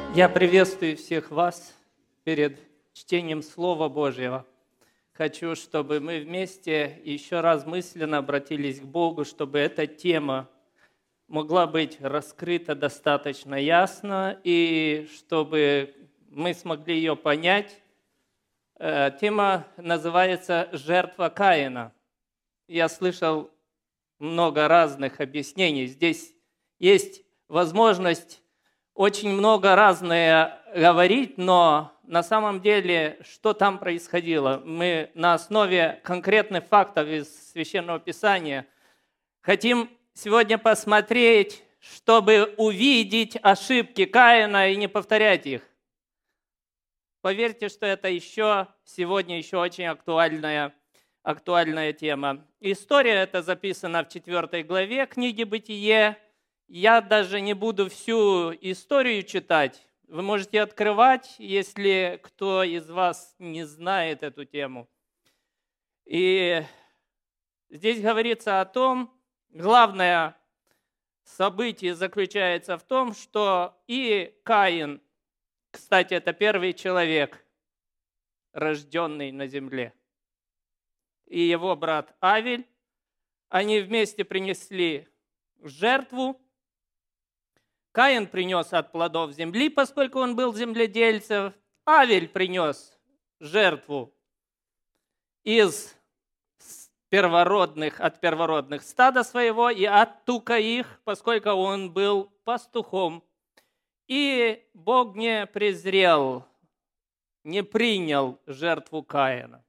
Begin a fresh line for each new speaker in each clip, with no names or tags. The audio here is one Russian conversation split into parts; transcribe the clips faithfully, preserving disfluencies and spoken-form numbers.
Я приветствую всех вас перед чтением Слова Божьего. Хочу, чтобы мы вместе еще раз мысленно обратились к Богу, чтобы эта тема могла быть раскрыта достаточно ясно, и чтобы мы смогли ее понять. Тема называется «Жертва Каина». Я слышал много разных объяснений. Здесь есть возможность очень много разное говорить, но на самом деле, что там происходило? Мы на основе конкретных фактов из Священного Писания хотим сегодня посмотреть, чтобы увидеть ошибки Каина и не повторять их. Поверьте, что это еще сегодня еще очень актуальная, актуальная тема. История эта записана в четвёртой главе книги «Бытие». Я даже не буду всю историю читать. Вы можете открывать, если кто из вас не знает эту тему. И здесь говорится о том, главное событие заключается в том, что и Каин, кстати, это первый человек, рожденный на земле, и его брат Авель, они вместе принесли жертву. Каин принес от плодов земли, поскольку он был земледельцем. Авель принес жертву из первородных, от первородных стада своего и от тука их, поскольку он был пастухом. И Бог не презрел, не принял жертву Каина.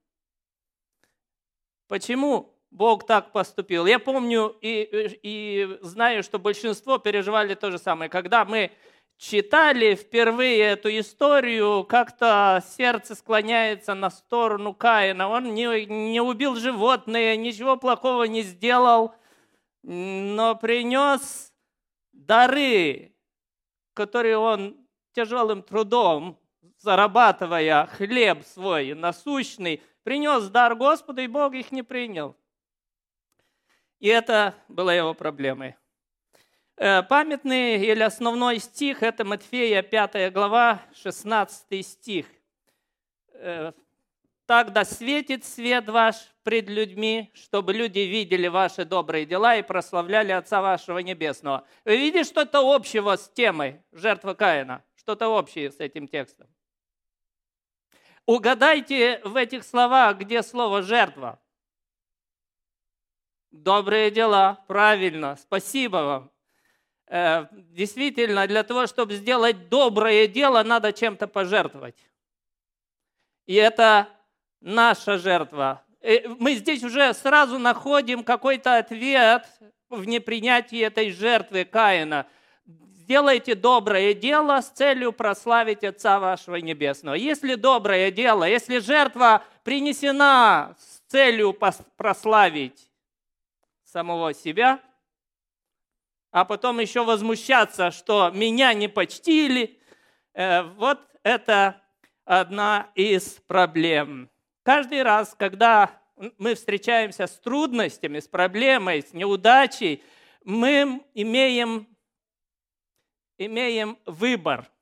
Почему Бог так поступил? Я помню и, и знаю, что большинство переживали то же самое. Когда мы читали впервые эту историю, как-то сердце склоняется на сторону Каина. Он не, не убил животное, ничего плохого не сделал, но принес дары, которые он тяжелым трудом, зарабатывая хлеб свой насущный, принес дар Господу, и Бог их не принял. И это была его проблемой. Памятный или основной стих – это Матфея пятая глава, шестнадцатый стих. «Так да светит свет ваш пред людьми, чтобы люди видели ваши добрые дела и прославляли Отца вашего Небесного». Вы видите что-то общего с темой жертвы Каина? Что-то общее с этим текстом? Угадайте в этих словах, где слово «жертва». Добрые дела, правильно, спасибо вам. Э, действительно, для того, чтобы сделать доброе дело, надо чем-то пожертвовать. И это наша жертва. Э, мы здесь уже сразу находим какой-то ответ в непринятии этой жертвы Каина. Сделайте доброе дело с целью прославить Отца вашего Небесного. Если доброе дело, если жертва принесена с целью прославить самого себя, а потом еще возмущаться, что меня не почтили, вот это одна из проблем. Каждый раз, когда мы встречаемся с трудностями, с проблемой, с неудачей, мы имеем, имеем выбор.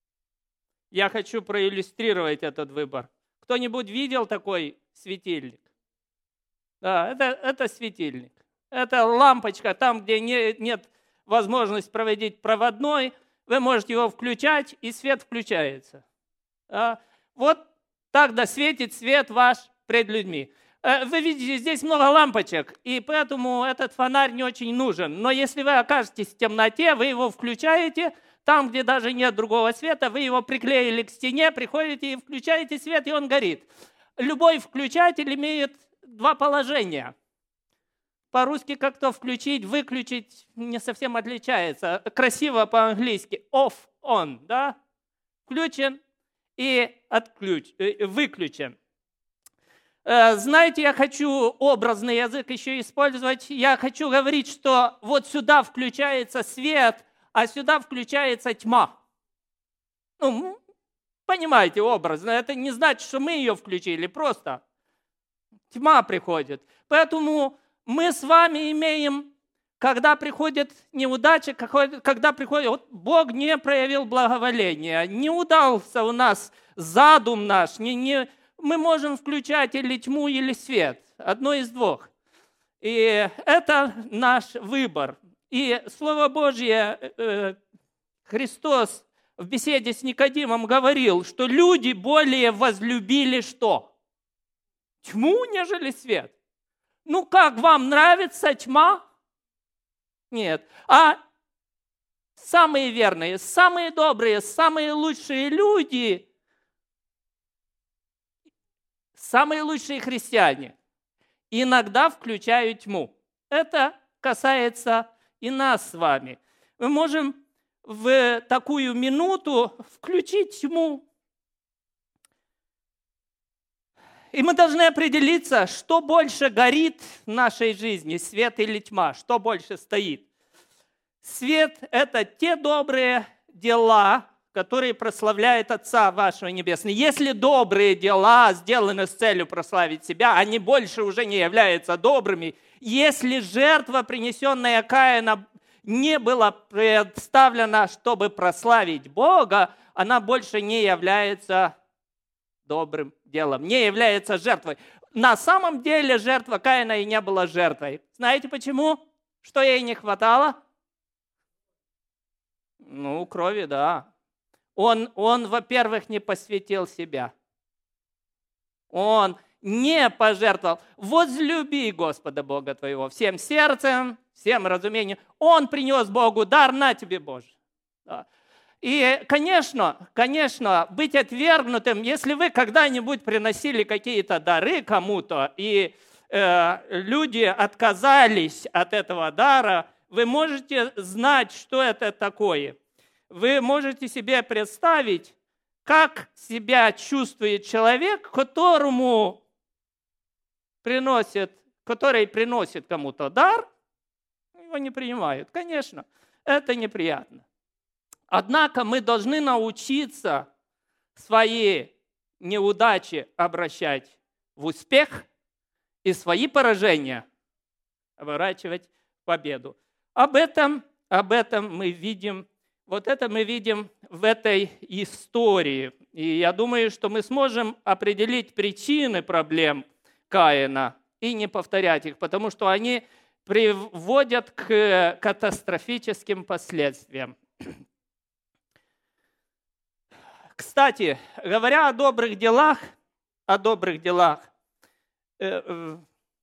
Я хочу проиллюстрировать этот выбор. Кто-нибудь видел такой светильник? Да, это, это светильник. Это лампочка, там, где не, нет возможности проводить проводной, вы можете его включать, и свет включается. А, вот так да светит свет ваш пред людьми. Вы видите, здесь много лампочек, и поэтому этот фонарь не очень нужен. Но если вы окажетесь в темноте, вы его включаете, там, где даже нет другого света, вы его приклеили к стене, приходите и включаете свет, и он горит. Любой включатель имеет два положения. По-русски как-то включить, выключить не совсем отличается. Красиво по-английски off, on, да? Включен и отключ, выключен. Знаете, я хочу образный язык еще использовать. Я хочу говорить, что вот сюда включается свет, а сюда включается тьма. Ну, понимаете, образно. Это не значит, что мы ее включили, просто тьма приходит. Поэтому мы с вами имеем когда приходит неудача, когда приходит, вот Бог не проявил благоволения, не удался у нас задум наш, не, не, мы можем включать или тьму, или свет, одно из двух. И это наш выбор. И Слово Божье, Христос в беседе с Никодимом говорил, что люди более возлюбили что? Тьму, нежели свет. Ну как, вам нравится тьма? Нет. А самые верные, самые добрые, самые лучшие люди, самые лучшие христиане иногда включают тьму. Это касается и нас с вами. Мы можем в такую минуту включить тьму. И мы должны определиться, что больше горит в нашей жизни, свет или тьма, что больше стоит. Свет – это те добрые дела, которые прославляют Отца вашего Небесного. Если добрые дела сделаны с целью прославить себя, они больше уже не являются добрыми. Если жертва, принесенная Каина, не была представлена, чтобы прославить Бога, она больше не является добрым делом, не является жертвой. На самом деле жертва Каина и не была жертвой. Знаете почему? Что ей не хватало? Ну, крови, да. Он, он, во-первых, не посвятил себя. Он не пожертвовал. Возлюби Господа Бога твоего всем сердцем, всем разумением. Он принес Богу дар, на тебе, Боже. Да. И, конечно, конечно, быть отвергнутым, если вы когда-нибудь приносили какие-то дары кому-то, и э, люди отказались от этого дара, вы можете знать, что это такое. Вы можете себе представить, как себя чувствует человек, которому приносит, который приносит кому-то дар, его не принимают. Конечно, это неприятно. Однако мы должны научиться свои неудачи обращать в успех и свои поражения оборачивать в победу. Об этом, об этом мы видим, вот это мы видим в этой истории. И я думаю, что мы сможем определить причины проблем Каина и не повторять их, потому что они приводят к катастрофическим последствиям. Кстати, говоря о добрых делах, о добрых делах, в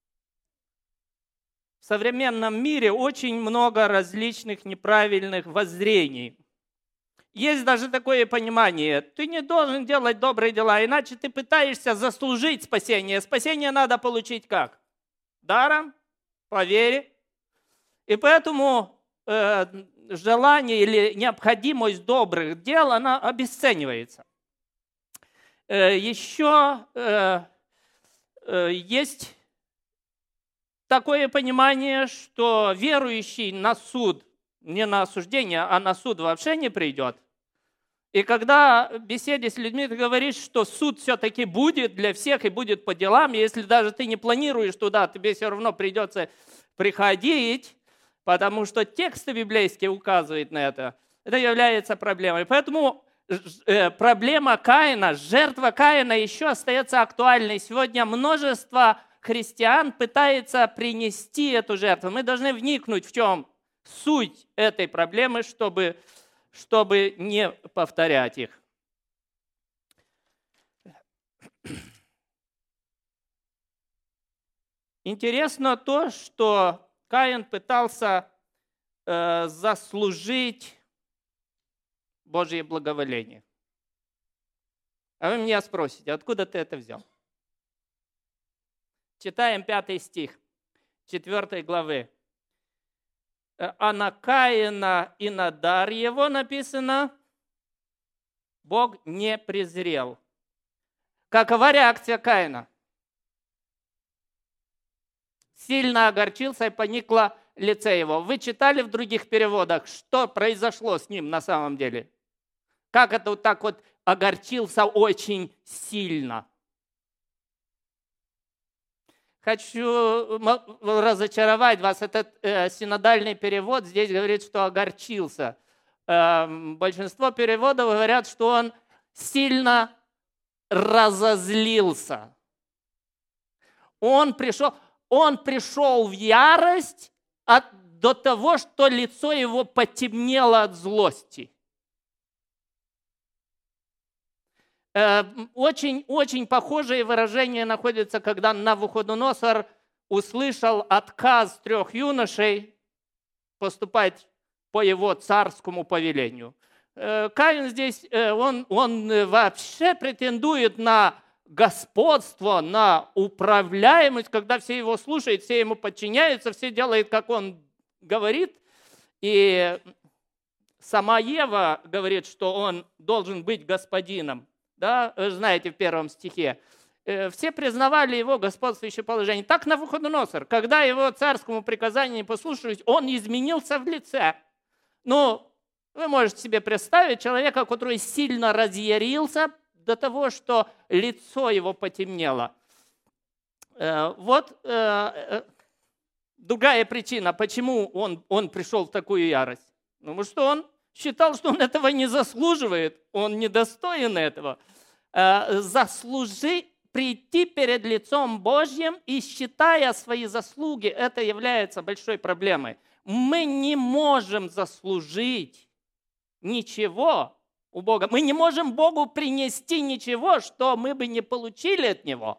современном мире очень много различных неправильных воззрений. Есть даже такое понимание, ты не должен делать добрые дела, иначе ты пытаешься заслужить спасение. Спасение надо получить как? Даром, по вере. И поэтому э, желание или необходимость добрых дел, она обесценивается. Э, еще э, э, есть такое понимание, что верующий на суд, не на осуждение, а на суд вообще не придет. И когда в беседе с людьми ты говоришь, что суд все-таки будет для всех и будет по делам, если даже ты не планируешь туда, тебе все равно придется приходить, потому что тексты библейские указывают на это, это является проблемой. Поэтому проблема Каина, жертва Каина еще остается актуальной. Сегодня множество христиан пытается принести эту жертву. Мы должны вникнуть, в чем суть этой проблемы, чтобы, чтобы не повторять их. Интересно то, что Каин пытался э, заслужить Божье благоволение. А вы меня спросите, откуда ты это взял? Читаем пятый стих четвёртой главы. А на Каина и на дар его написано, Бог не презрел. Какова реакция Каина? Сильно огорчился и поникло лице его. Вы читали в других переводах, что произошло с ним на самом деле? Как это вот так вот огорчился очень сильно? хочу разочаровать вас. Этот э, синодальный перевод здесь говорит, что огорчился. Э, большинство переводов говорят, что он сильно разозлился. Он пришел, он пришел в ярость от, до того, что лицо его потемнело от злости. Очень-очень похожее выражение находится, когда Навуходоносор услышал отказ трех юношей поступать по его царскому повелению. Каин здесь, он, он вообще претендует на господство, на управляемость, когда все его слушают, все ему подчиняются, все делают, как он говорит. И сама Ева говорит, что он должен быть господином. Да, вы знаете, в первом стихе. Все признавали его господствующее положение. Так Навуходоносор, когда его царскому приказанию не послушались, он изменился в лице. Ну, вы можете себе представить человека, который сильно разъярился до того, что лицо его потемнело. Вот другая причина, почему он, он пришел в такую ярость. Потому что он считал, что он этого не заслуживает, он недостоин этого. Заслужи, прийти перед лицом Божьим и, считая свои заслуги, это является большой проблемой. Мы не можем заслужить ничего у Бога. Мы не можем Богу принести ничего, что мы бы не получили от Него.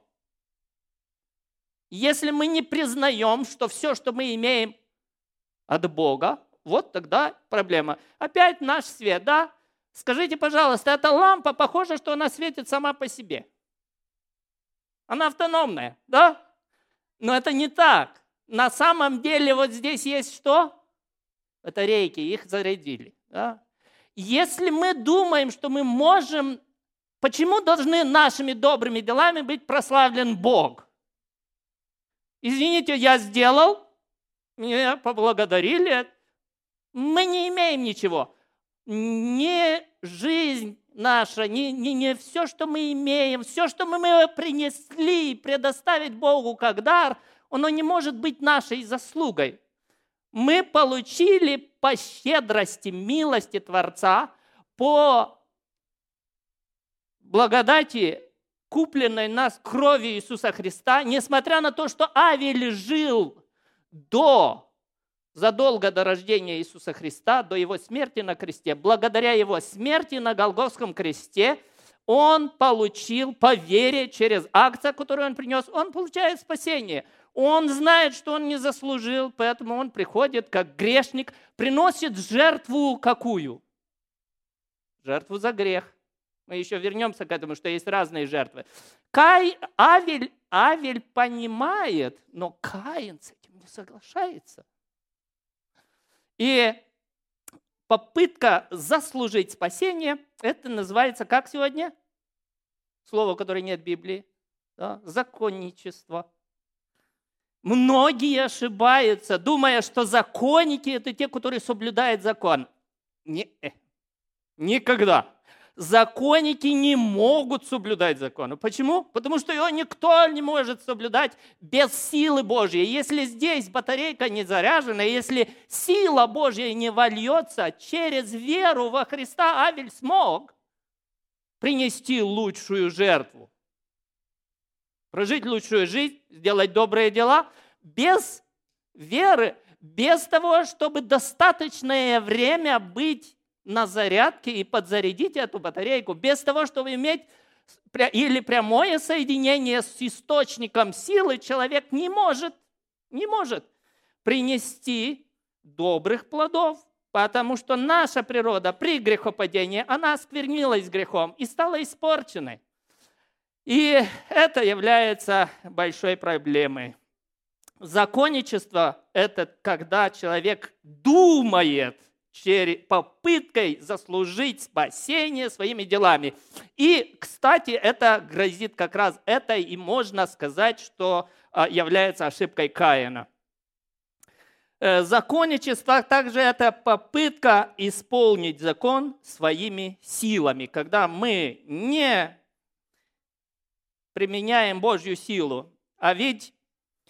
Если мы не признаем, что все, что мы имеем от Бога, вот тогда проблема. Опять наш свет, да? Скажите, пожалуйста, эта лампа похожа, что она светит сама по себе. Она автономная, да? Но это не так. На самом деле вот здесь есть что? Батарейки, их зарядили. Да? Если мы думаем, что мы можем... Почему должны нашими добрыми делами быть прославлен Бог? Извините, я сделал, меня поблагодарили. Мы не имеем ничего. Не жизнь наша, не, не, не все, что мы имеем, все, что мы, мы принесли, предоставить Богу как дар, оно не может быть нашей заслугой. Мы получили по щедрости, милости Творца, по благодати, купленной нас кровью Иисуса Христа, несмотря на то, что Авель жил до задолго до рождения Иисуса Христа, до Его смерти на кресте, благодаря Его смерти на Голгофском кресте, он получил по вере через акцию, которую он принес, он получает спасение. Он знает, что он не заслужил, поэтому он приходит как грешник, приносит жертву какую? Жертву за грех. Мы еще вернемся к этому, что есть разные жертвы. Кай, Авель, Авель понимает, но Каин с этим не соглашается. И попытка заслужить спасение, это называется, как сегодня? Слово, которое нет в Библии. Да? Законничество. Многие ошибаются, думая, что законники – это те, которые соблюдают закон. Не, никогда. Законники не могут соблюдать закон. Почему? Потому что его никто не может соблюдать без силы Божьей. Если здесь батарейка не заряжена, если сила Божья не вольется, через веру во Христа Авель смог принести лучшую жертву. Прожить лучшую жизнь, сделать добрые дела без веры, без того, чтобы достаточное время быть на зарядке и подзарядить эту батарейку, без того, чтобы иметь или прямое соединение с источником силы, человек не может, не может принести добрых плодов, потому что наша природа при грехопадении, она осквернилась грехом и стала испорченной. И это является большой проблемой. Законничество – это когда человек думает, попыткой заслужить спасение своими делами. И, кстати, это грозит как раз, это и можно сказать, что является ошибкой Каина. Законничество также это попытка исполнить закон своими силами, когда мы не применяем Божью силу. А ведь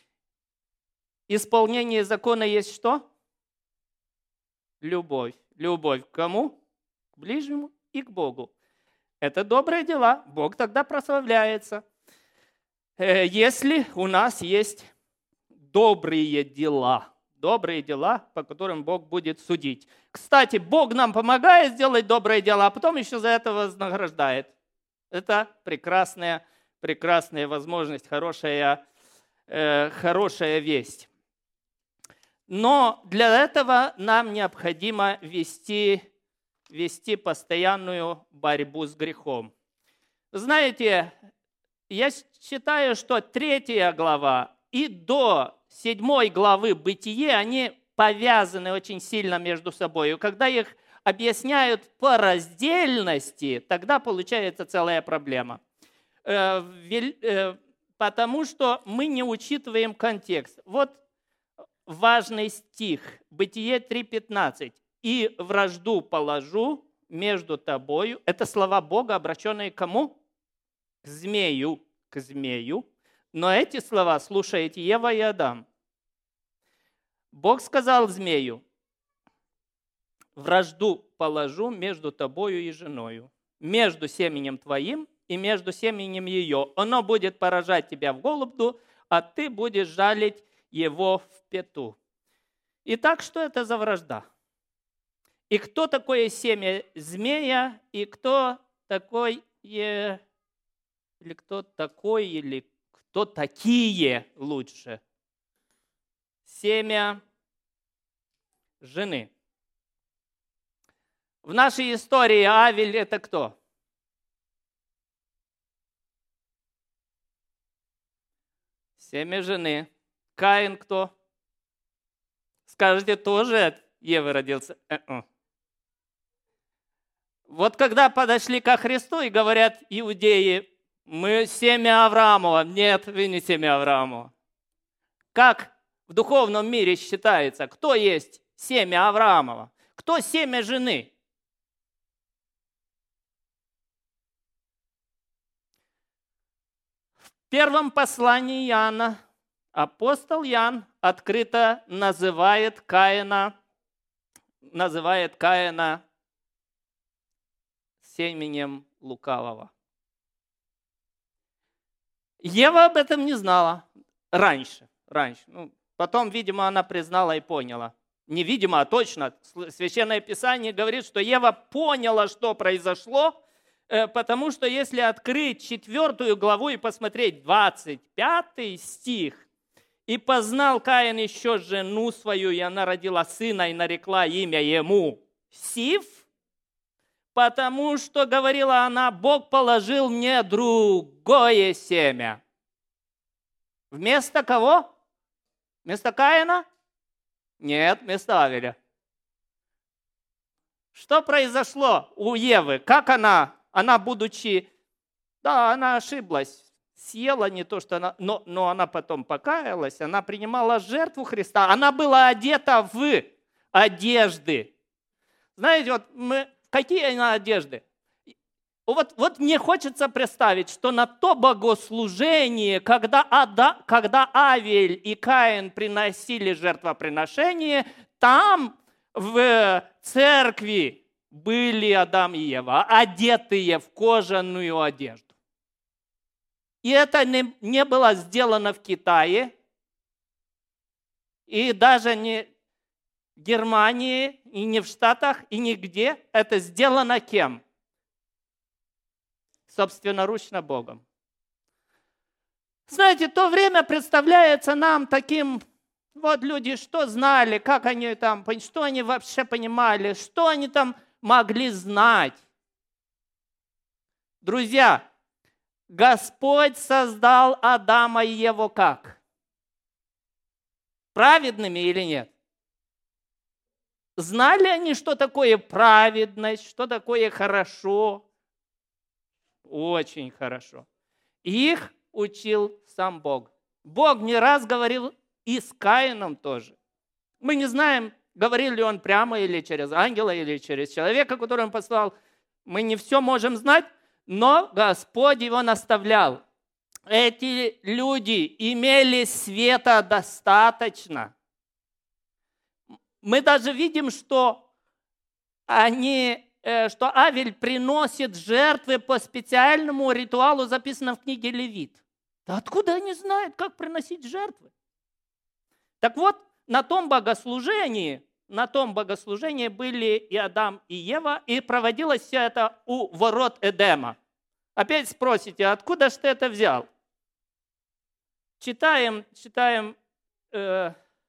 исполнение закона есть что? Любовь. Любовь к кому? К ближнему и к Богу. Это добрые дела. Бог тогда прославляется. Если у нас есть добрые дела. Добрые дела, по которым Бог будет судить. Кстати, Бог нам помогает сделать добрые дела, а потом еще за это вознаграждает. Это прекрасная, прекрасная возможность, хорошая, э, хорошая весть. Но для этого нам необходимо вести, вести постоянную борьбу с грехом. Знаете, я считаю, что третья глава и до седьмой главы Бытие, они повязаны очень сильно между собой. И когда их объясняют по раздельности, тогда получается целая проблема. Потому что мы не учитываем контекст. Вот важный стих, Бытие три пятнадцать. «И вражду положу между тобою». Это слова Бога, обращенные к кому? К змею. К змею. Но эти слова слушаете Ева и Адам. Бог сказал змею: «Вражду положу между тобою и женою, между семенем твоим и между семенем ее. Оно будет поражать тебя в голубду, а ты будешь жалить его в пету». Итак, что это за вражда? И кто такое семя змея, и кто такой, или кто такой, или кто такие лучше? Семя жены. В нашей истории Авель – это кто? Семя жены. Каин кто? Скажете, тоже от Евы родился? Uh-uh. Вот когда подошли ко Христу и говорят иудеи: мы семя Авраамова. Нет, вы не семя Авраамова. Как в духовном мире считается, кто есть семя Авраамова? Кто семя жены? В первом послании Иоанна апостол Иоанн открыто называет Каина, называет Каина семенем лукавого. Ева об этом не знала раньше. раньше. Ну, потом, видимо, она признала и поняла. Не видимо, а точно. Священное Писание говорит, что Ева поняла, что произошло, потому что если открыть четвертую главу и посмотреть двадцать пятый стих, «И познал Каин еще жену свою, и она родила сына, и нарекла имя ему Сив, потому что, говорила она, Бог положил мне другое семя». Вместо кого? Вместо Каина? Нет, вместо Авеля. Что произошло у Евы? Как она, она будучи, да, она ошиблась, съела не то, что она, но, но она потом покаялась, она принимала жертву Христа, она была одета в одежды. Знаете, вот мы, какие она одежды? Вот, вот мне хочется представить, что на то богослужение, когда, Ада, когда Авель и Каин приносили жертвоприношение, там в церкви были Адам и Ева, одетые в кожаную одежду. И это не, не было сделано в Китае, и даже не в Германии, и не в Штатах, и нигде. Это сделано кем? Собственноручно Богом. Знаете, то время представляется нам таким, вот люди что знали, как они там, что они вообще понимали, что они там могли знать. Друзья, Господь создал Адама и Еву как? Праведными или нет? Знали они, что такое праведность, что такое хорошо? Очень хорошо. Их учил сам Бог. Бог не раз говорил и с Каином тоже. Мы не знаем, говорил ли он прямо или через ангела, или через человека, которого он послал. Мы не все можем знать, но Господь его наставлял. эти люди имели света достаточно. Мы даже видим, что, они, что Авель приносит жертвы по специальному ритуалу, записанному в книге Левит. Да откуда они знают, как приносить жертвы? Так вот, на том богослужении, на том богослужении были и Адам, и Ева, и проводилось все это у ворот Эдема. Опять спросите, откуда же ты это взял? Читаем, читаем э,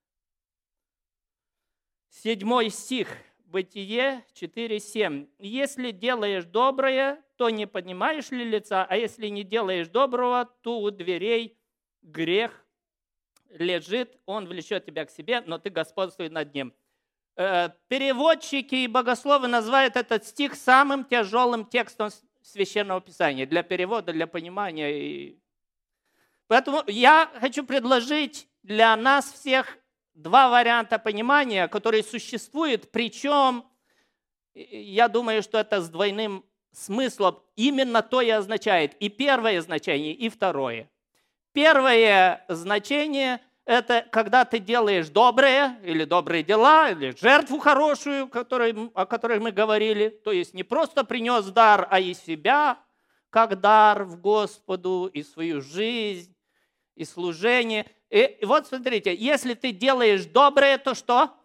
седьмой стих, Бытие четыре семь. «Если делаешь доброе, то не поднимаешь ли лица, а если не делаешь доброго, то у дверей грех лежит, он влечет тебя к себе, но ты господствуй над ним». Переводчики и богословы называют этот стих самым тяжелым текстом Священного Писания для перевода, для понимания. Поэтому я хочу предложить для нас всех два варианта понимания, которые существуют, причем я думаю, что это с двойным смыслом именно то и означает. И первое значение, и второе. Первое значение – это когда ты делаешь доброе, или добрые дела, или жертву хорошую, который, о которой мы говорили. То есть не просто принес дар, а и себя, как дар в Господу, и свою жизнь, и служение. И вот смотрите, если ты делаешь доброе, то что?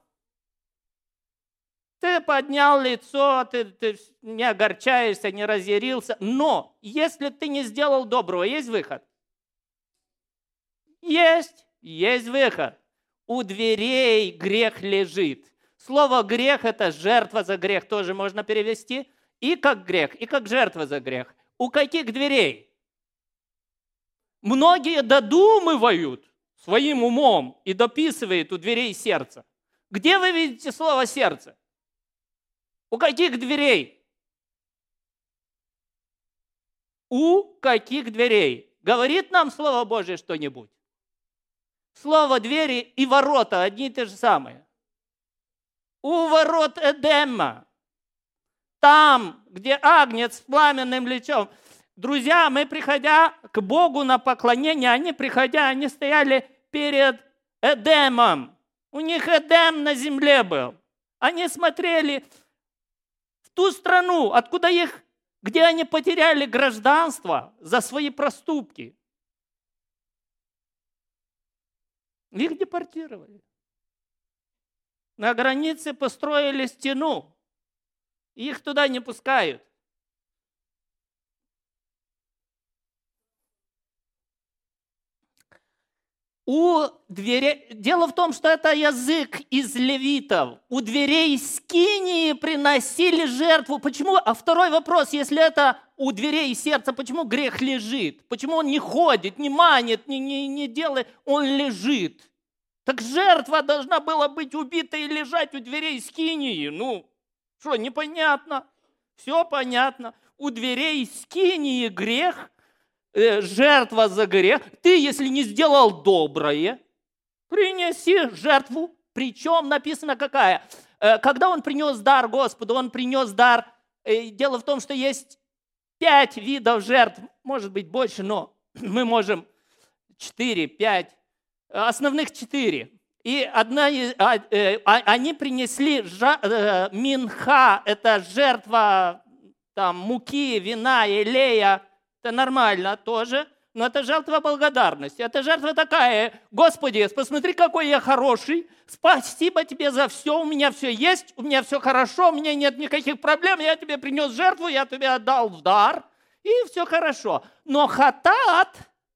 Ты поднял лицо, ты, ты не огорчаешься, не разъярился. Но если ты не сделал доброго, есть выход? Есть. Есть выход. У дверей грех лежит. Слово «грех» – это жертва за грех, тоже можно перевести. И как грех, и как жертва за грех. У каких дверей? Многие додумывают своим умом и дописывают у дверей сердца. Где вы видите слово «сердце»? У каких дверей? У каких дверей? Говорит нам Слово Божие что-нибудь? Слово «двери» и «ворота» одни и те же самые. У ворот Эдема. Там, где агнец с пламенным личом. Друзья, мы, приходя к Богу на поклонение, они, приходя, они стояли перед Эдемом. У них Эдем на земле был. Они смотрели в ту страну, откуда их, где они потеряли гражданство за свои проступки. Их депортировали. На границе построили стену. Их туда не пускают. У дверей... Дело в том, что это язык из левитов. У дверей скинии приносили жертву. Почему? А второй вопрос, если это у дверей сердца, почему грех лежит? Почему он не ходит, не манит, не, не, не делает? Он лежит. Так жертва должна была быть убита и лежать у дверей скинии. Ну, что, непонятно? Все понятно. У дверей скинии грех, э, жертва за грех. Ты, если не сделал доброе, принеси жертву. Причем написано какая? Э, когда он принес дар Господу, он принес дар. Э, дело в том, что есть пять видов жертв, может быть больше, но мы можем четыре, пять. Основных четыре. И одна, а, э, они принесли жа, э, минха, это жертва там, муки, вина, елея. Это нормально тоже, но это жертва благодарности. Это жертва такая: Господи, посмотри, какой я хороший, спасибо тебе за все, у меня все есть, у меня все хорошо, у меня нет никаких проблем, я тебе принес жертву, я тебе отдал в дар, и все хорошо. Но хатат,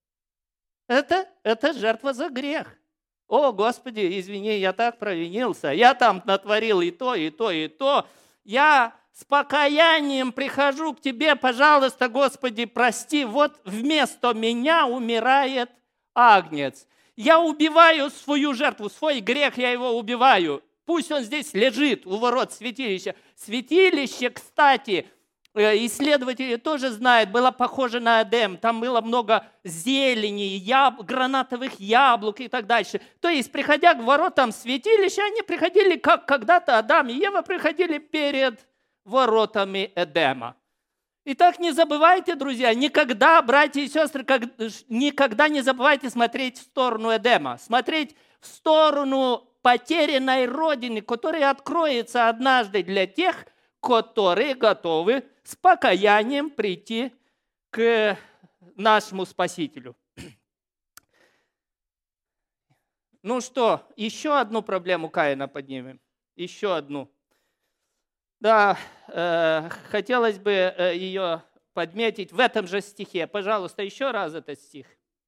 Это, это жертва за грех. О, Господи, извини, я так провинился. Я там натворил и то, и то, и то. Я с покаянием прихожу к Тебе, пожалуйста, Господи, прости. Вот вместо меня умирает агнец. Я убиваю свою жертву, свой грех я его убиваю. Пусть он здесь лежит у ворот святилища. Святилище, кстати, исследователи тоже знают, было похоже на Эдем. Там было много зелени, яб... гранатовых яблок и так дальше. То есть, приходя к воротам святилища, они приходили, как когда-то Адам и Ева приходили перед воротами Эдема. Итак, не забывайте, друзья, никогда, братья и сестры, как, никогда не забывайте смотреть в сторону Эдема, смотреть в сторону потерянной родины, которая откроется однажды для тех, которые готовы с покаянием прийти к нашему Спасителю. Ну что, еще одну проблему Каина поднимем. Еще одну. Да, э, хотелось бы э, ее подметить в этом же стихе. Пожалуйста, еще раз этот стих.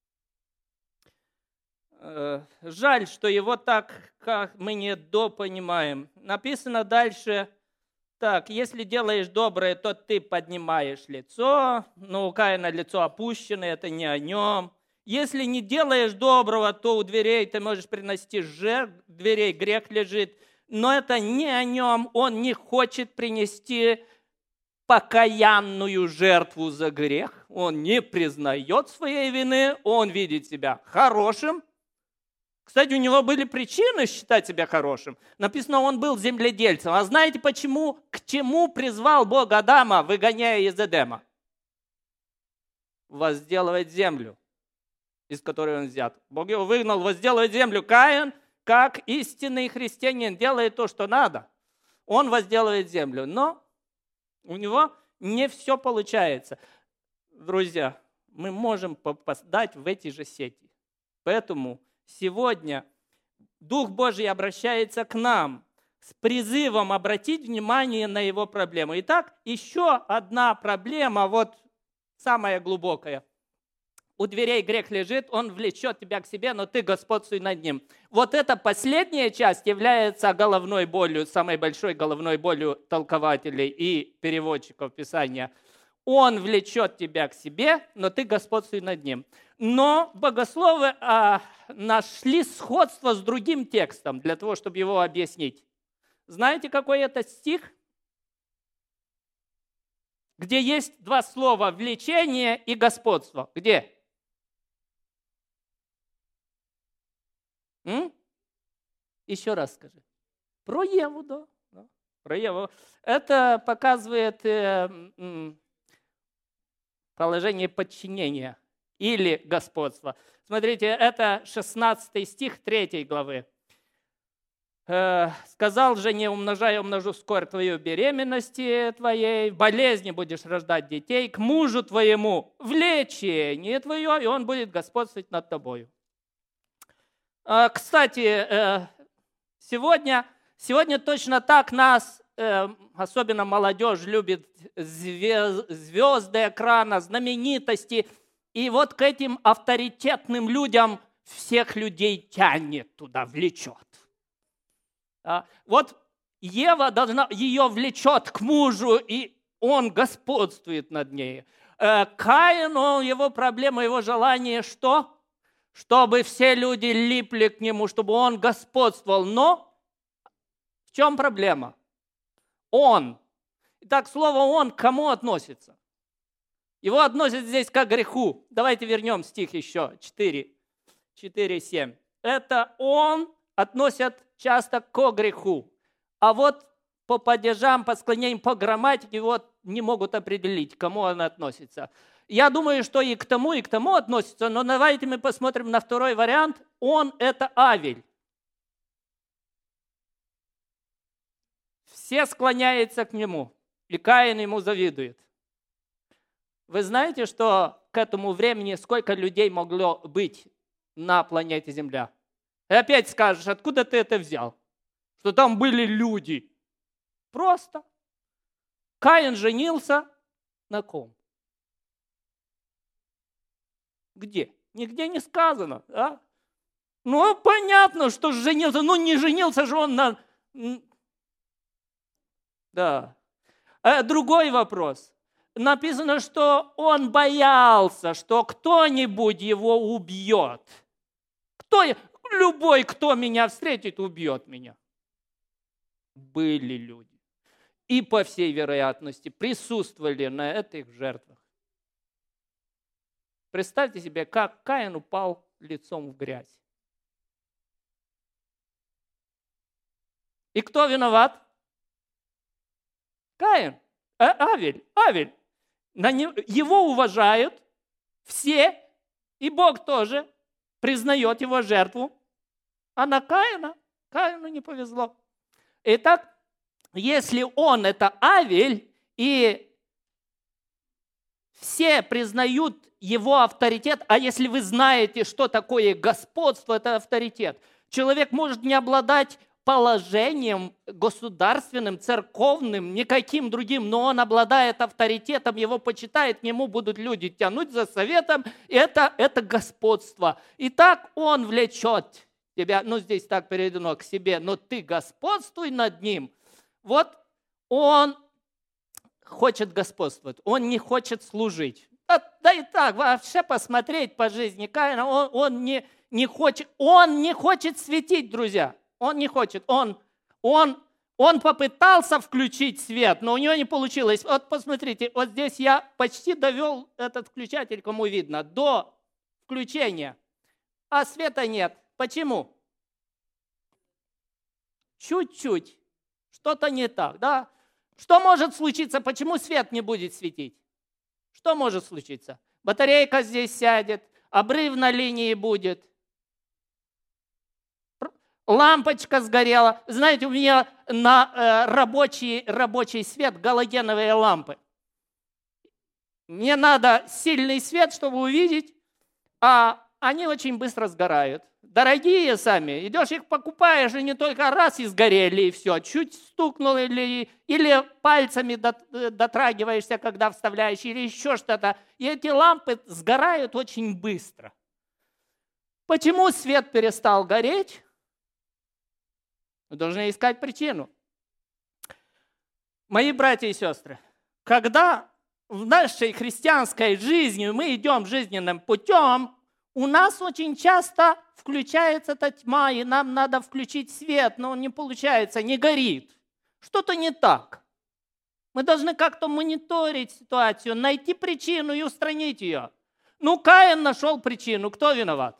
Э, жаль, что его так, как мы недопонимаем. Написано дальше так: если делаешь доброе, то ты поднимаешь лицо. Но у Каина лицо опущено, это не о нем. Если не делаешь доброго, то у дверей ты можешь принести жертв, дверей грех лежит. Но это не о нем, он не хочет принести покаянную жертву за грех. Он не признает своей вины, он видит себя хорошим. Кстати, у него были причины считать себя хорошим. Написано, он был земледельцем. А знаете почему? К чему призвал Бог Адама, выгоняя из Эдема? Возделывать землю, из которой он взят. Бог его выгнал возделывать землю. Каин, как истинный христианин, делает то, что надо. Он возделывает землю, но у него не все получается. Друзья, мы можем попадать в эти же сети. Поэтому сегодня Дух Божий обращается к нам с призывом обратить внимание на его проблему. Итак, еще одна проблема, вот самая глубокая. У дверей грех лежит, он влечет тебя к себе, но ты господствуй над ним. Вот эта последняя часть является головной болью, самой большой головной болью толкователей и переводчиков Писания. Он влечет тебя к себе, но ты господствуй над ним. Но богословы а, нашли сходство с другим текстом для того, чтобы его объяснить. Знаете, какой это стих? Где есть два слова: влечение и господство. Где? М? Еще раз скажи. Про Еву, да. да. Про Еву. Это показывает э, м, положение подчинения или господства. Смотрите, это шестнадцатый стих третьей главы. Э, «Сказал же, не умножай, умножу скоро твою беременности твоей, в болезни будешь рождать детей, к мужу твоему влечение твое, и он будет господствовать над тобою». Кстати, сегодня, сегодня точно так нас, особенно молодежь, любит звезды экрана, знаменитости. И вот к этим авторитетным людям всех людей тянет туда, влечет. Вот Ева должна, ее влечет к мужу, и он господствует над ней. Каин, его проблема, его желание что? Чтобы все люди липли к нему, чтобы он господствовал. Но в чем проблема? Он. Итак, слово «он» к кому относится? Его относят здесь к греху. Давайте вернем стих еще, четыре, четыре, семь. Это «он» относят часто к греху. А вот по падежам, по склонениям, по грамматике вот не могут определить, к кому он относится. Я думаю, что и к тому, и к тому относится, но давайте мы посмотрим на второй вариант. Он – это Авель. Все склоняются к нему, и Каин ему завидует. Вы знаете, что к этому времени сколько людей могло быть на планете Земля? И опять скажешь, откуда ты это взял? Что там были люди. Просто. Каин женился на ком? Где? Нигде не сказано. Да? Ну, понятно, что женился. Ну, не женился же он на... Да. А другой вопрос. Написано, что он боялся, что кто-нибудь его убьет. Кто? Любой, кто меня встретит, убьет меня. Были люди. И, по всей вероятности, присутствовали на этих жертвах. Представьте себе, как Каин упал лицом в грязь. И кто виноват? Каин. А, Авель. Авель. Его уважают все, и Бог тоже признает его жертву. А на Каина, Каину не повезло. Итак, если он это Авель, и все признают его авторитет, а если вы знаете, что такое господство, это авторитет. Человек может не обладать положением государственным, церковным, никаким другим, но он обладает авторитетом, его почитают, к нему будут люди тянуть за советом, и это, это господство. И так он влечет тебя, ну здесь так переведено, к себе, но ты господствуй над ним. Вот он хочет господствовать, он не хочет служить. Да, да и так, вообще посмотреть по жизни Каина, он, он, не, не хочет, он не хочет светить, друзья. Он не хочет. Он, он, он попытался включить свет, но у него не получилось. Вот посмотрите, вот здесь я почти довел этот включатель, кому видно, до включения. А света нет. Почему? Чуть-чуть. Что-то не так, да? Что может случиться? Почему свет не будет светить? Что может случиться? Батарейка здесь сядет, обрыв на линии будет. Лампочка сгорела. Знаете, у меня на э, рабочий, рабочий свет галогеновые лампы. Мне надо сильный свет, чтобы увидеть, а они очень быстро сгорают. Дорогие сами, идешь их покупаешь, и не только раз и сгорели, и все. Чуть стукнул или, или пальцами дотрагиваешься, когда вставляешь, или еще что-то. И эти лампы сгорают очень быстро. Почему свет перестал гореть? Мы должны искать причину. Мои братья и сестры, когда в нашей христианской жизни мы идем жизненным путем, у нас очень часто включается эта тьма, и нам надо включить свет, но он не получается, не горит. Что-то не так. Мы должны как-то мониторить ситуацию, найти причину и устранить ее. Ну, Каин нашел причину. Кто виноват?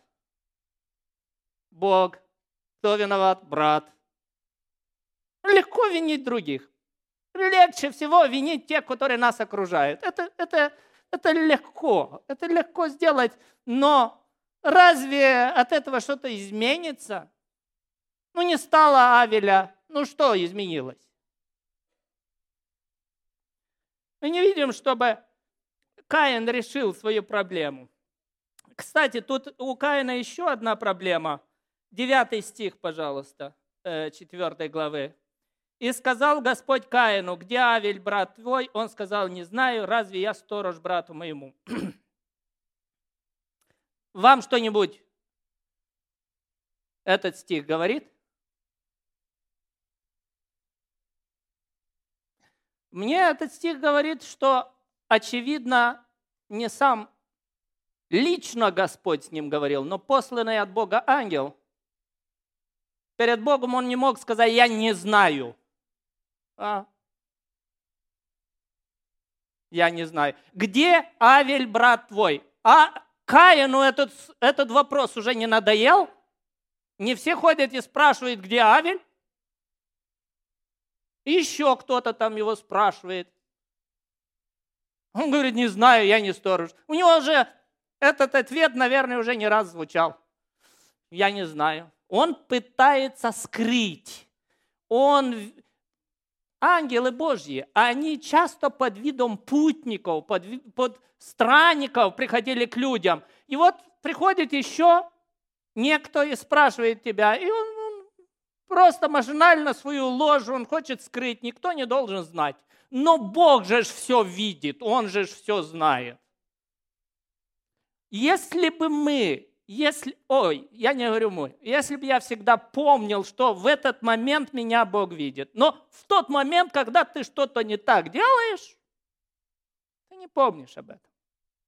Бог. Кто виноват? Брат. Легко винить других. Легче всего винить тех, которые нас окружают. Это, это, это легко. Это легко сделать. Но разве от этого что-то изменится? Ну, не стало Авеля. Ну, что изменилось? Мы не видим, чтобы Каин решил свою проблему. Кстати, тут у Каина еще одна проблема. Девятый стих, пожалуйста, четвертой главы. «И сказал Господь Каину, где Авель, брат твой? Он сказал, не знаю, разве я сторож брату моему?» Вам что-нибудь этот стих говорит? Мне этот стих говорит, что, очевидно, не сам лично Господь с ним говорил, но посланный от Бога ангел. Перед Богом он не мог сказать, я не знаю. А? Я не знаю. Где Авель, брат твой? А Каину этот, этот вопрос уже не надоел? Не все ходят и спрашивают, где Авель? Еще кто-то там его спрашивает. Он говорит, не знаю, я не сторож. У него уже этот ответ, наверное, уже не раз звучал. Я не знаю. Он пытается скрыть. Он... Ангелы Божьи, они часто под видом путников, под, под странников приходили к людям. И вот приходит еще некто и спрашивает тебя, и он, он просто машинально свою ложь, он хочет скрыть, никто не должен знать. Но Бог же все видит, Он же все знает. Если бы мы, если, ой, я не говорю мы, если бы я всегда помнил, что в этот момент меня Бог видит, но в тот момент, когда ты что-то не так делаешь, ты не помнишь об этом.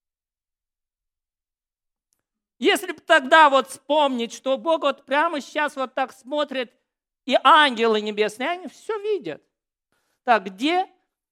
Если бы тогда вот вспомнить, что Бог вот прямо сейчас вот так смотрит, и ангелы небесные, они все видят. Так, где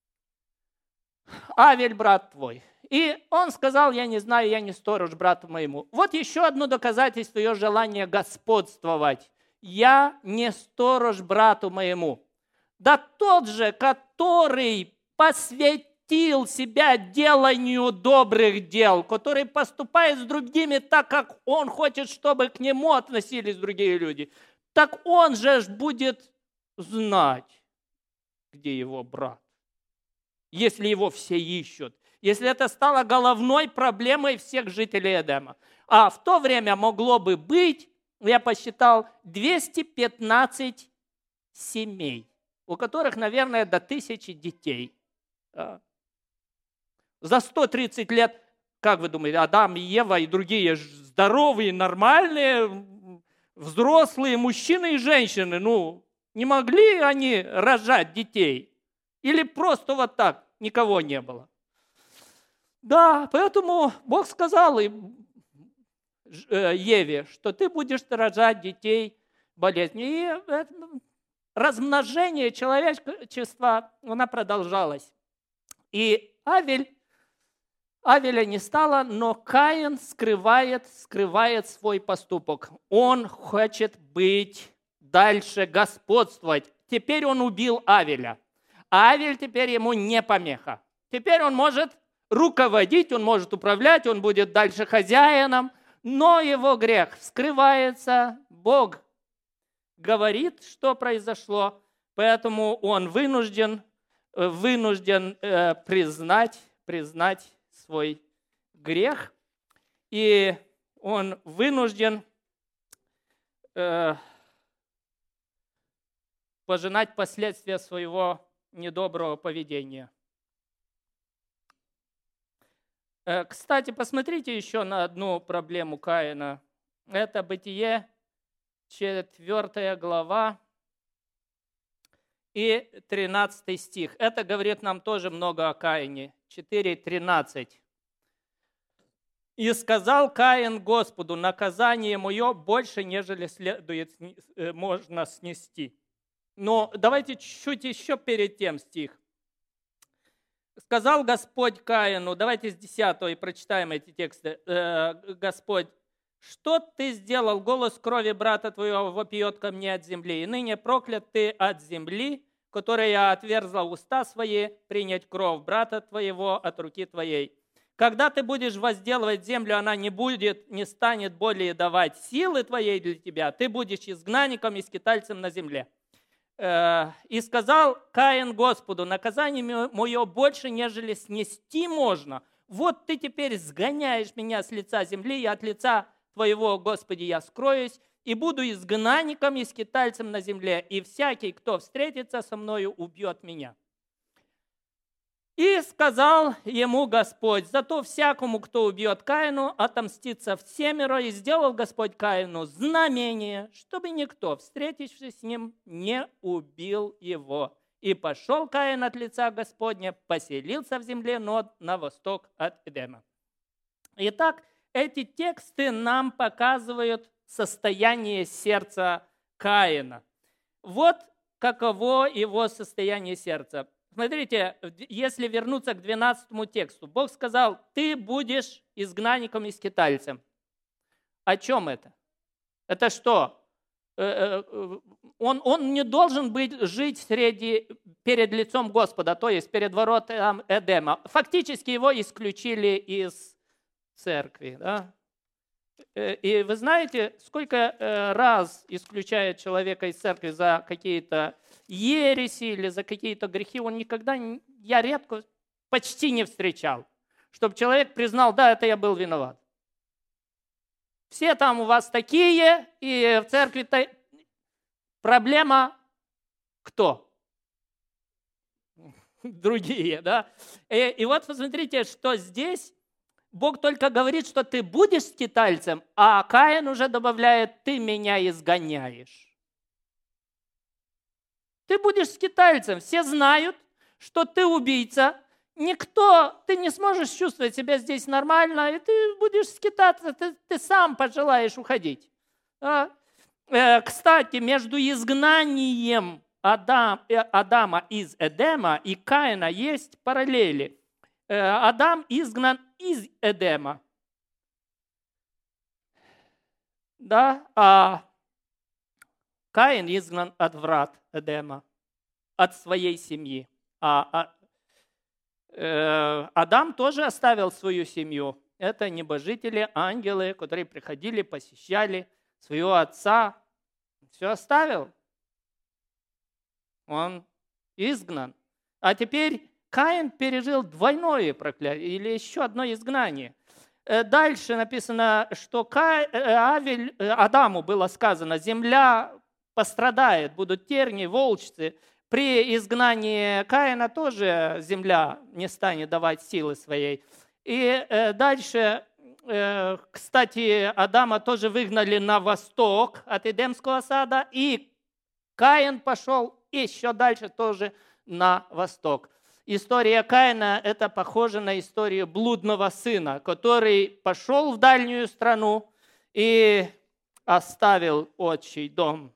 Авель, брат твой? И он сказал, я не знаю, я не сторож брату моему. Вот еще одно доказательство ее желания господствовать. Я не сторож брату моему. Да тот же, который посвятил посвятил себя деланию добрых дел, который поступает с другими так, как он хочет, чтобы к нему относились другие люди, так он же будет знать, где его брат, если его все ищут. Если это стало головной проблемой всех жителей Эдема. А в то время могло бы быть, я посчитал, двести пятнадцать семей, у которых, наверное, до тысячи детей. За сто тридцать лет, как вы думаете, Адам и Ева и другие здоровые, нормальные, взрослые мужчины и женщины, ну, не могли они рожать детей? Или просто вот так никого не было? Да, поэтому Бог сказал Еве, что ты будешь рожать детей болезнью. И размножение человечества, оно продолжалось. И Авель, Авеля не стало, но Каин скрывает, скрывает свой поступок. Он хочет быть дальше, господствовать. Теперь он убил Авеля. А Авель теперь ему не помеха. Теперь он может руководить, он может управлять, он будет дальше хозяином, но его грех скрывается. Бог говорит, что произошло, поэтому он вынужден, вынужден э, признать, признать свой грех, и он вынужден э, пожинать последствия своего недоброго поведения. Кстати, посмотрите еще на одну проблему Каина. Это Бытие, четвёртая глава и тринадцатый стих. Это говорит нам тоже много о Каине. четыре тринадцать. «И сказал Каин Господу, наказание мое больше, нежели следует можно снести». Но давайте чуть-чуть еще перед тем стих. «Сказал Господь Каину», давайте с десятого и прочитаем эти тексты. Э, «Господь, что ты сделал? Голос крови брата твоего вопиет ко мне от земли, и ныне проклят ты от земли, которой я отверзла уста свои, принять кровь брата твоего от руки твоей. Когда ты будешь возделывать землю, она не будет, не станет более давать силы твоей для тебя, ты будешь изгнанником и скитальцем на земле». И сказал Каин Господу, наказание мое больше, нежели снести можно. Вот ты теперь сгоняешь меня с лица земли, и от лица твоего, Господи, я скроюсь, и буду изгнанником и скитальцем на земле, и всякий, кто встретится со мною, убьет меня. И сказал ему Господь, зато всякому, кто убьет Каину, отомстится всемеро, и сделал Господь Каину знамение, чтобы никто, встретившись с ним, не убил его. И пошел Каин от лица Господня, поселился в земле Нод на восток от Эдема. Итак, эти тексты нам показывают состояние сердца Каина. Вот каково его состояние сердца. Смотрите, если вернуться к двенадцатому тексту, Бог сказал, ты будешь изгнанником и скитальцем. О чем это? Это что? Он, он не должен быть, жить среди, перед лицом Господа, то есть перед воротами Эдема. Фактически его исключили из церкви. Да? И вы знаете, сколько раз исключают человека из церкви за какие-то ереси или за какие-то грехи, он никогда, я редко, почти не встречал, чтобы человек признал, да, это я был виноват. Все там у вас такие, и в церкви проблема кто? Другие, да? И, и вот посмотрите, что здесь Бог только говорит, что ты будешь скитальцем, а Каин уже добавляет, ты меня изгоняешь. Ты будешь скитальцем. Все знают, что ты убийца. Никто, ты не сможешь чувствовать себя здесь нормально, и ты будешь скитаться, ты, ты сам пожелаешь уходить. А, э, кстати, между изгнанием Адам, э, Адама из Эдема и Каина есть параллели. Э, Адам изгнан из Эдема. Да, а Каин изгнан от врат Эдема, от своей семьи. А, а, Адам тоже оставил свою семью. Это небожители, ангелы, которые приходили, посещали своего отца. Все оставил. Он изгнан. А теперь Каин пережил двойное проклятие или еще одно изгнание. Дальше написано, что Кай, Авель, Адаму было сказано: земля пострадает, будут терни, волчцы. При изгнании Каина тоже земля не станет давать силы своей. И дальше, кстати, Адама тоже выгнали на восток от Эдемского сада, и Каин пошел еще дальше тоже на восток. История Каина – это похоже на историю блудного сына, который пошел в дальнюю страну и оставил отчий дом.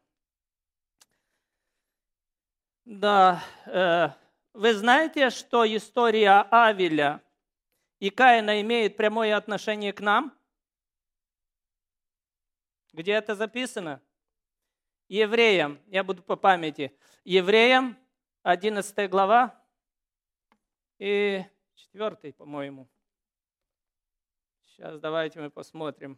Да, э, вы знаете, что история Авеля и Каина имеет прямое отношение к нам? Где это записано? Евреям, я буду по памяти. Евреям, одиннадцатая глава и четвёртый, по-моему. Сейчас давайте мы посмотрим.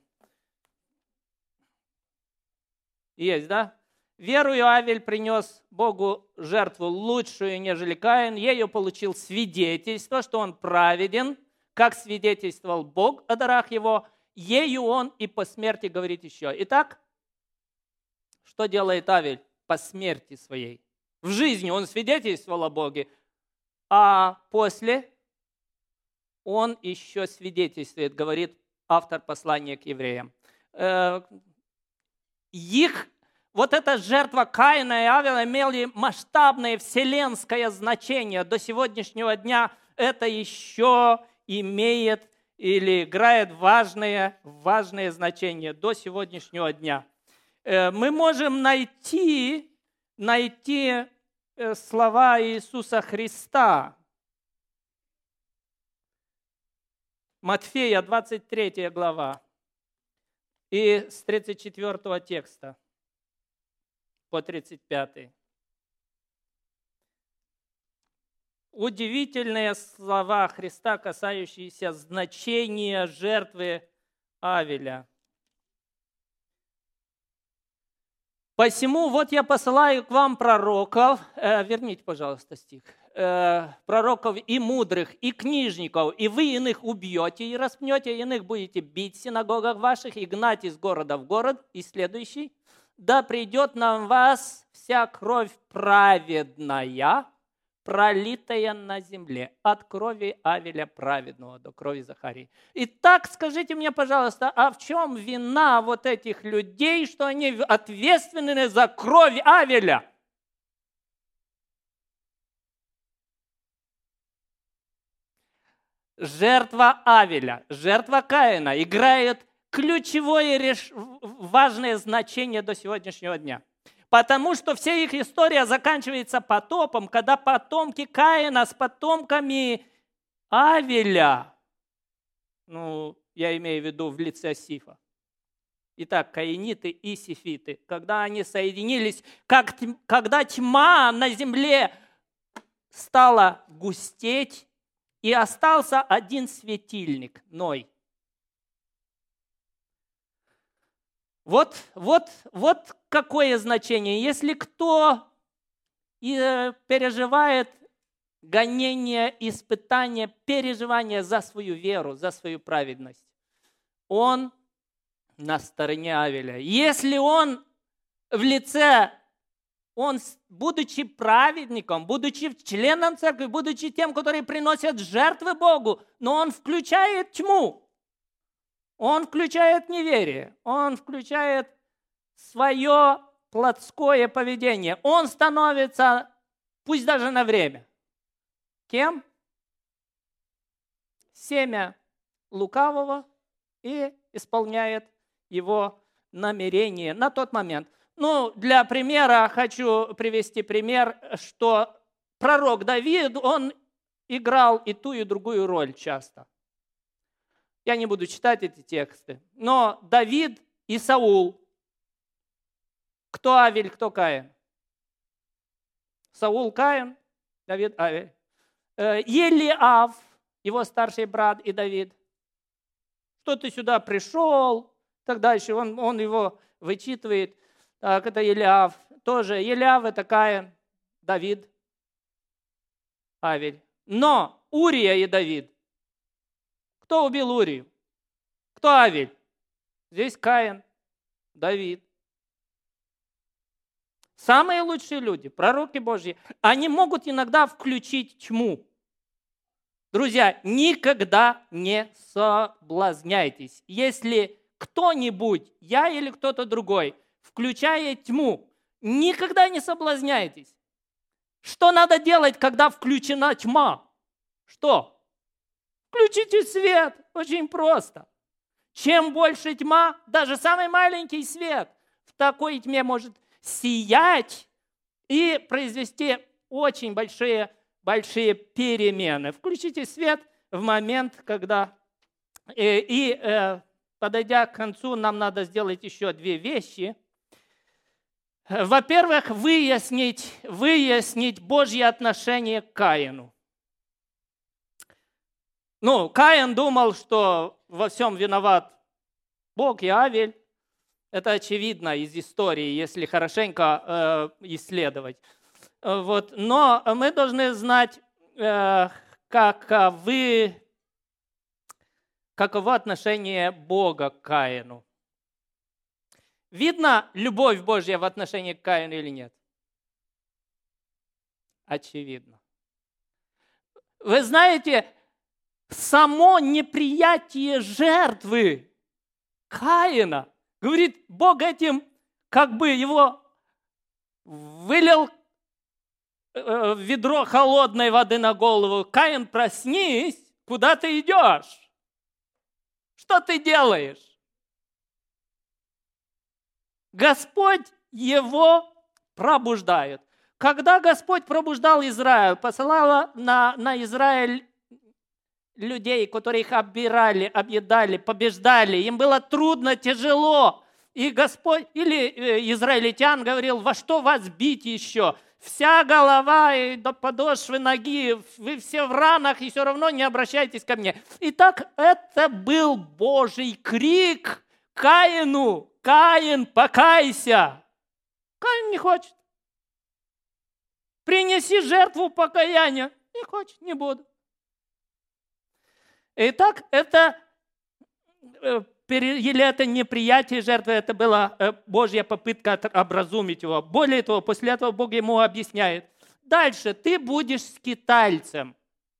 Есть, да? Верую, Авель принес Богу жертву лучшую, нежели Каин. Ею получил свидетельство, что он праведен, как свидетельствовал Бог о дарах его. Ею он и по смерти говорит еще. Итак, что делает Авель по смерти своей? В жизни он свидетельствовал о Боге, а после он еще свидетельствует, говорит автор послания к евреям. Их, вот эта жертва Каина и Авеля имели масштабное вселенское значение. До сегодняшнего дня это еще имеет или играет важное, важное значение до сегодняшнего дня. Мы можем найти, найти слова Иисуса Христа. Матфея, двадцать третья глава, и с тридцать четвёртого текста по тридцать пятый. Удивительные слова Христа, касающиеся значения жертвы Авеля. «Посему вот я посылаю к вам пророков», э, верните, пожалуйста, стих, э, «пророков и мудрых, и книжников, и вы иных убьете и распнете, иных будете бить в синагогах ваших и гнать из города в город». И следующий: «Да придет на вас вся кровь праведная, пролитая на земле, от крови Авеля праведного до крови Захарии». Итак, скажите мне, пожалуйста, а в чем вина вот этих людей, что они ответственны за кровь Авеля? Жертва Авеля, жертва Каина играет ключевое реш... важное значение до сегодняшнего дня. Потому что вся их история заканчивается потопом, когда потомки Каина с потомками Авеля, ну, я имею в виду в лице Сифа. Итак, каиниты и сифиты, когда они соединились, как, когда тьма на земле стала густеть, и остался один светильник, Ной. Вот, вот, вот какое значение. Если кто переживает гонение, испытание, переживание за свою веру, за свою праведность, он на стороне Авеля. Если он в лице, он, будучи праведником, будучи членом церкви, будучи тем, который приносит жертвы Богу, но он включает тьму, он включает неверие, он включает свое плотское поведение. Он становится, пусть даже на время, кем? Семя лукавого, и исполняет его намерение на тот момент. Ну, для примера хочу привести пример, что пророк Давид, он играл и ту, и другую роль часто. Я не буду читать эти тексты. Но Давид и Саул. Кто Авель, кто Каин? Саул Каин, Давид Авель. Елиав, его старший брат и Давид. Что ты сюда пришел? Так дальше. Он, он его вычитывает. Так, это Елиав. Тоже Елиав это Каин, Давид, Авель. Но Урия и Давид. Кто убил Урию? Кто Авель? Здесь Каин, Давид. Самые лучшие люди, пророки Божьи, они могут иногда включить тьму. Друзья, никогда не соблазняйтесь. Если кто-нибудь, я или кто-то другой, включая тьму, никогда не соблазняйтесь. Что надо делать, когда включена тьма? Что? Включите свет. Очень просто. Чем больше тьма, даже самый маленький свет в такой тьме может сиять и произвести очень большие, большие перемены. Включите свет в момент, когда... И, и подойдя к концу, нам надо сделать еще две вещи. Во-первых, выяснить, выяснить Божье отношение к Каину. Ну, Каин думал, что во всем виноват Бог и Авель. Это очевидно из истории, если хорошенько э, исследовать. Вот. Но мы должны знать, э, каковы, каково отношение Бога к Каину. Видно любовь Божья в отношении к Каину или нет? Очевидно. Вы знаете, само неприятие жертвы Каина, говорит, Бог этим как бы его вылил в ведро холодной воды на голову. Каин, проснись, куда ты идешь? Что ты делаешь? Господь его пробуждает. Когда Господь пробуждал Израиль, посылал на, на Израиль людей, которые их обирали, объедали, побеждали. Им было трудно, тяжело. И Господь, или израильтян говорил, во что вас бить еще? Вся голова и до подошвы ноги, вы все в ранах, и все равно не обращайтесь ко мне. Итак, это был Божий крик Каину. Каин, покайся. Каин не хочет. Принеси жертву покаяния. Не хочет, не буду. Итак, это, или это неприятие жертвы, это была Божья попытка образумить его. Более того, после этого Бог ему объясняет. Дальше, ты будешь скитальцем.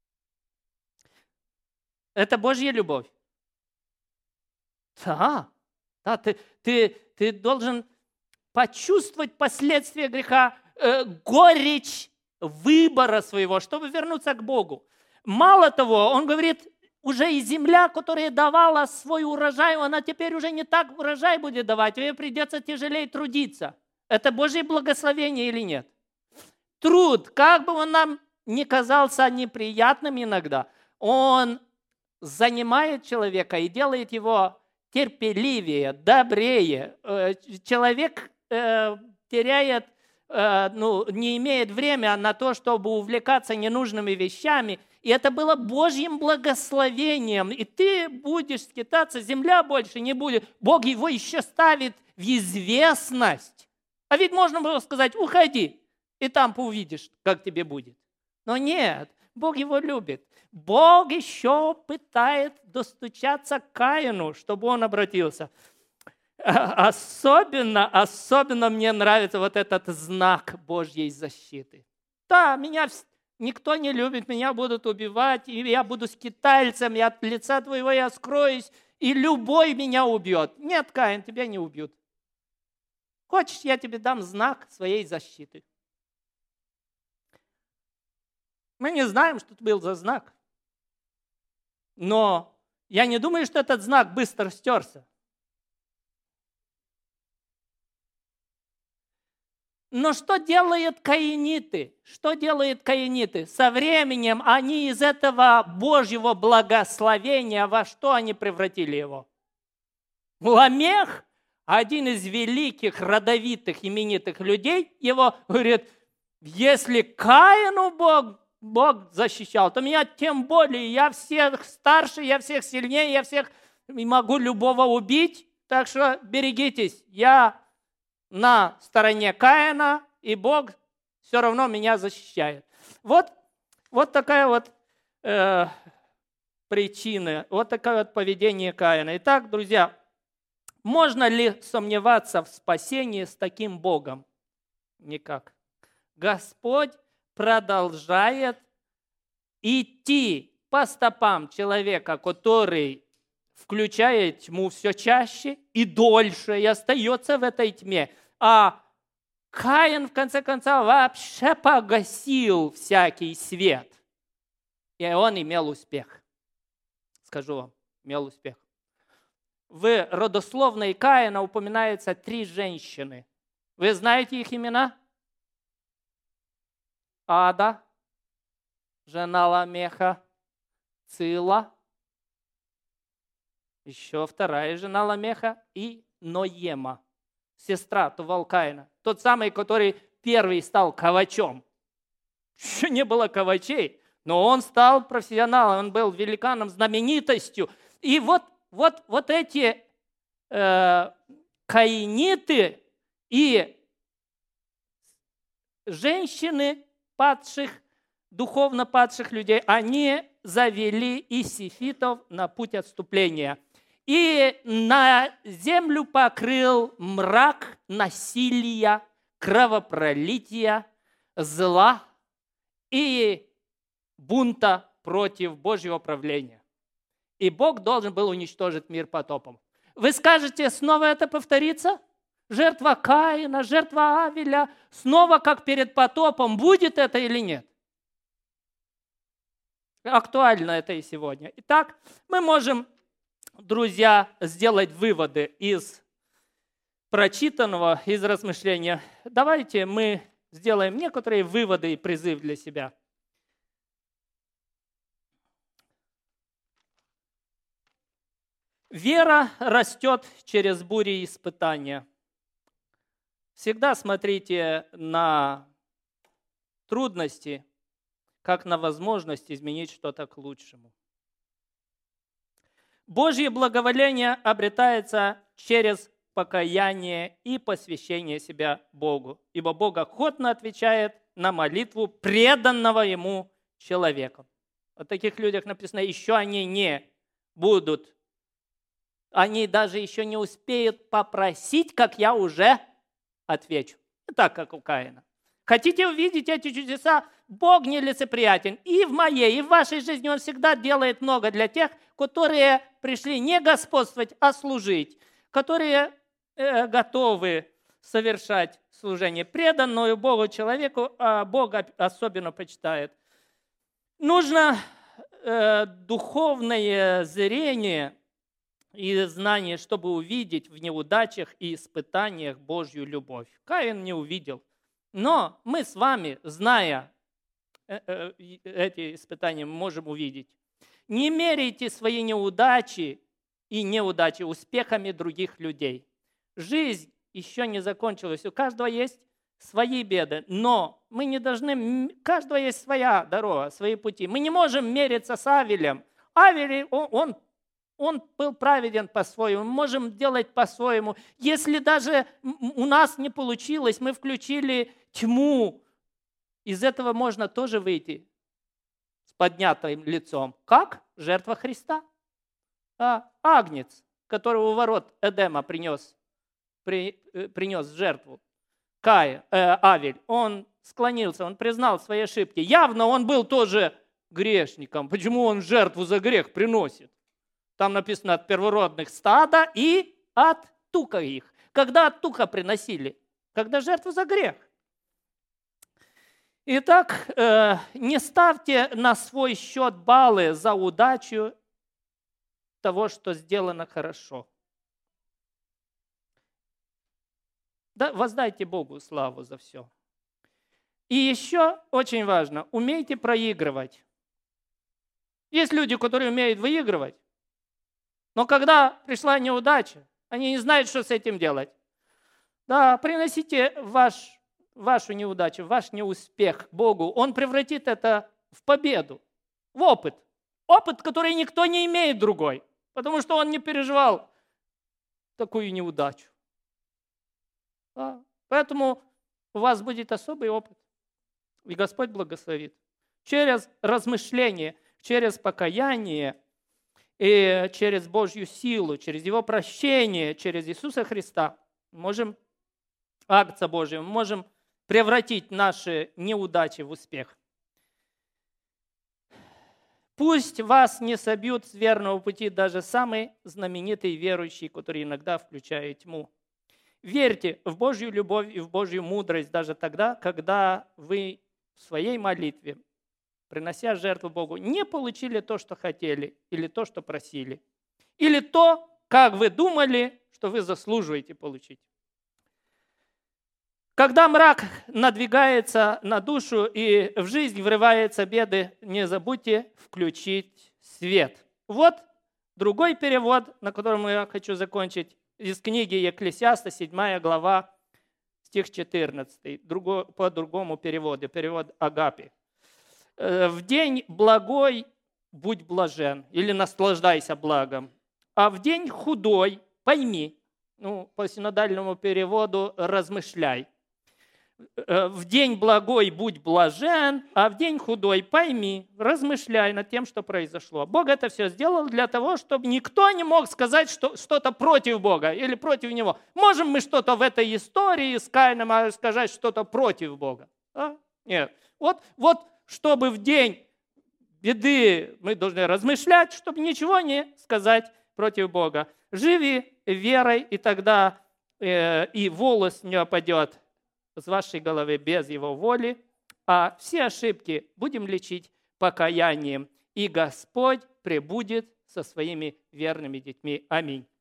Это Божья любовь. Да, да ты, ты, ты должен почувствовать последствия греха, э, горечь выбора своего, чтобы вернуться к Богу. Мало того, он говорит, уже и земля, которая давала свой урожай, она теперь уже не так урожай будет давать, ей придется тяжелее трудиться. Это Божье благословение или нет? Труд, как бы он нам ни казался неприятным иногда, он занимает человека и делает его терпеливее, добрее. Человек э, теряет, э, ну, не имеет времени на то, чтобы увлекаться ненужными вещами. И это было Божьим благословением. И ты будешь скитаться, земля больше не будет. Бог его еще ставит в известность. А ведь можно было сказать, уходи, и там увидишь, как тебе будет. Но нет, Бог его любит. Бог еще пытает достучаться к Каину, чтобы он обратился. Особенно, особенно мне нравится вот этот знак Божьей защиты. Да, меня никто не любит, меня будут убивать, и я буду скитальцем, и от лица твоего я скроюсь, и любой меня убьет. Нет, Каин, тебя не убьют. Хочешь, я тебе дам знак своей защиты? Мы не знаем, что это был за знак. Но я не думаю, что этот знак быстро стерся. Но что делают каиниты? Что делают каиниты? Со временем они из этого Божьего благословения, во что они превратили его? Ламех, один из великих, родовитых, именитых людей, его говорит, если Каину Бог Бог защищал, то меня тем более, я всех старше, я всех сильнее, я всех могу любого убить, так что берегитесь, я на стороне Каина, и Бог все равно меня защищает. Вот, вот такая вот э, причина, вот такое вот поведение Каина. Итак, друзья, можно ли сомневаться в спасении с таким Богом? Никак. Господь продолжает идти по стопам человека, который включает тьму все чаще и дольше, и остается в этой тьме. А Каин, в конце концов, вообще погасил всякий свет. И он имел успех. Скажу вам, имел успех. В родословной Каина упоминаются три женщины. Вы знаете их имена? Ада, жена Ламеха, Цила, еще вторая жена Ламеха и Ноема, сестра Тувал Каина. Тот самый, который первый стал ковачом. Еще не было ковачей, но он стал профессионалом, он был великаном, знаменитостью. И вот, вот, вот эти э, каиниты и женщины падших, духовно падших людей, они завели исифитов на путь отступления. И на землю покрыл мрак насилия, кровопролития, зла и бунта против Божьего правления. И Бог должен был уничтожить мир потопом. Вы скажете, снова это повторится? Жертва Каина, жертва Авеля, снова как перед потопом, будет это или нет? Актуально это и сегодня. Итак, мы можем, друзья, сделать выводы из прочитанного, из размышления. Давайте мы сделаем некоторые выводы и призыв для себя. Вера растет через бури и испытания. Всегда смотрите на трудности, как на возможность изменить что-то к лучшему. Божье благоволение обретается через покаяние и посвящение себя Богу, ибо Бог охотно отвечает на молитву преданного Ему человека. О таких людях написано, еще они не будут, они даже еще не успеют попросить, как я уже отвечу. Так, как у Каина. Хотите увидеть эти чудеса? Бог нелицеприятен. И в моей, и в вашей жизни Он всегда делает много для тех, которые пришли не господствовать, а служить, которые э, готовы совершать служение преданную Богу человеку, а Бог особенно почитает. Нужно э, духовное зрение и знание, чтобы увидеть в неудачах и испытаниях Божью любовь. Каин не увидел. Но мы с вами, зная эти испытания, можем увидеть. Не меряйте свои неудачи и неудачи успехами других людей. Жизнь еще не закончилась. У каждого есть свои беды, но мы не должны... У каждого есть своя дорога, свои пути. Мы не можем мериться с Авелем. Авель, он, он Он был праведен по-своему, мы можем делать по-своему. Если даже у нас не получилось, мы включили тьму, из этого можно тоже выйти с поднятым лицом. Как? Жертва Христа. А, агнец, которого у ворот Эдема принес, при, принес в жертву. Каин, э, Авель, он склонился, он признал свои ошибки. Явно он был тоже грешником. Почему он жертву за грех приносит? Там написано от первородных стада и от тука их. Когда от тука приносили? Когда жертву за грех. Итак, э, не ставьте на свой счет баллы за удачу того, что сделано хорошо. Да, воздайте Богу славу за все. И еще очень важно, умейте проигрывать. Есть люди, которые умеют выигрывать, но когда пришла неудача, они не знают, что с этим делать. Да, приносите ваш, вашу неудачу, ваш неуспех Богу. Он превратит это в победу, в опыт. Опыт, который никто не имеет другой, потому что он не переживал такую неудачу. Да. Поэтому у вас будет особый опыт, и Господь благословит. Через размышление, через покаяние, и через Божью силу, через Его прощение, через Иисуса Христа можем, акция Божия, мы можем превратить наши неудачи в успех. Пусть вас не собьют с верного пути даже самые знаменитые верующие, которые иногда включают тьму. Верьте в Божью любовь и в Божью мудрость даже тогда, когда вы в своей молитве, принося жертву Богу, не получили то, что хотели, или то, что просили, или то, как вы думали, что вы заслуживаете получить. Когда мрак надвигается на душу и в жизнь врываются беды, не забудьте включить свет. Вот другой перевод, на котором я хочу закончить, из книги Екклесиаста, седьмая глава, стих четырнадцатый, другой, по другому переводу, перевод Агапи. «В день благой будь блажен» или «наслаждайся благом, а в день худой пойми». Ну, по синодальному переводу «размышляй». В день благой будь блажен, а в день худой пойми, размышляй над тем, что произошло. Бог это все сделал для того, чтобы никто не мог сказать что, что-то против Бога или против Него. Можем мы что-то в этой истории с Каином сказать что-то против Бога? А? Нет. Вот, вот чтобы в день беды мы должны размышлять, чтобы ничего не сказать против Бога. Живи верой, и тогда э, и волос не опадет с вашей головы без Его воли, а все ошибки будем лечить покаянием, и Господь пребудет со своими верными детьми. Аминь.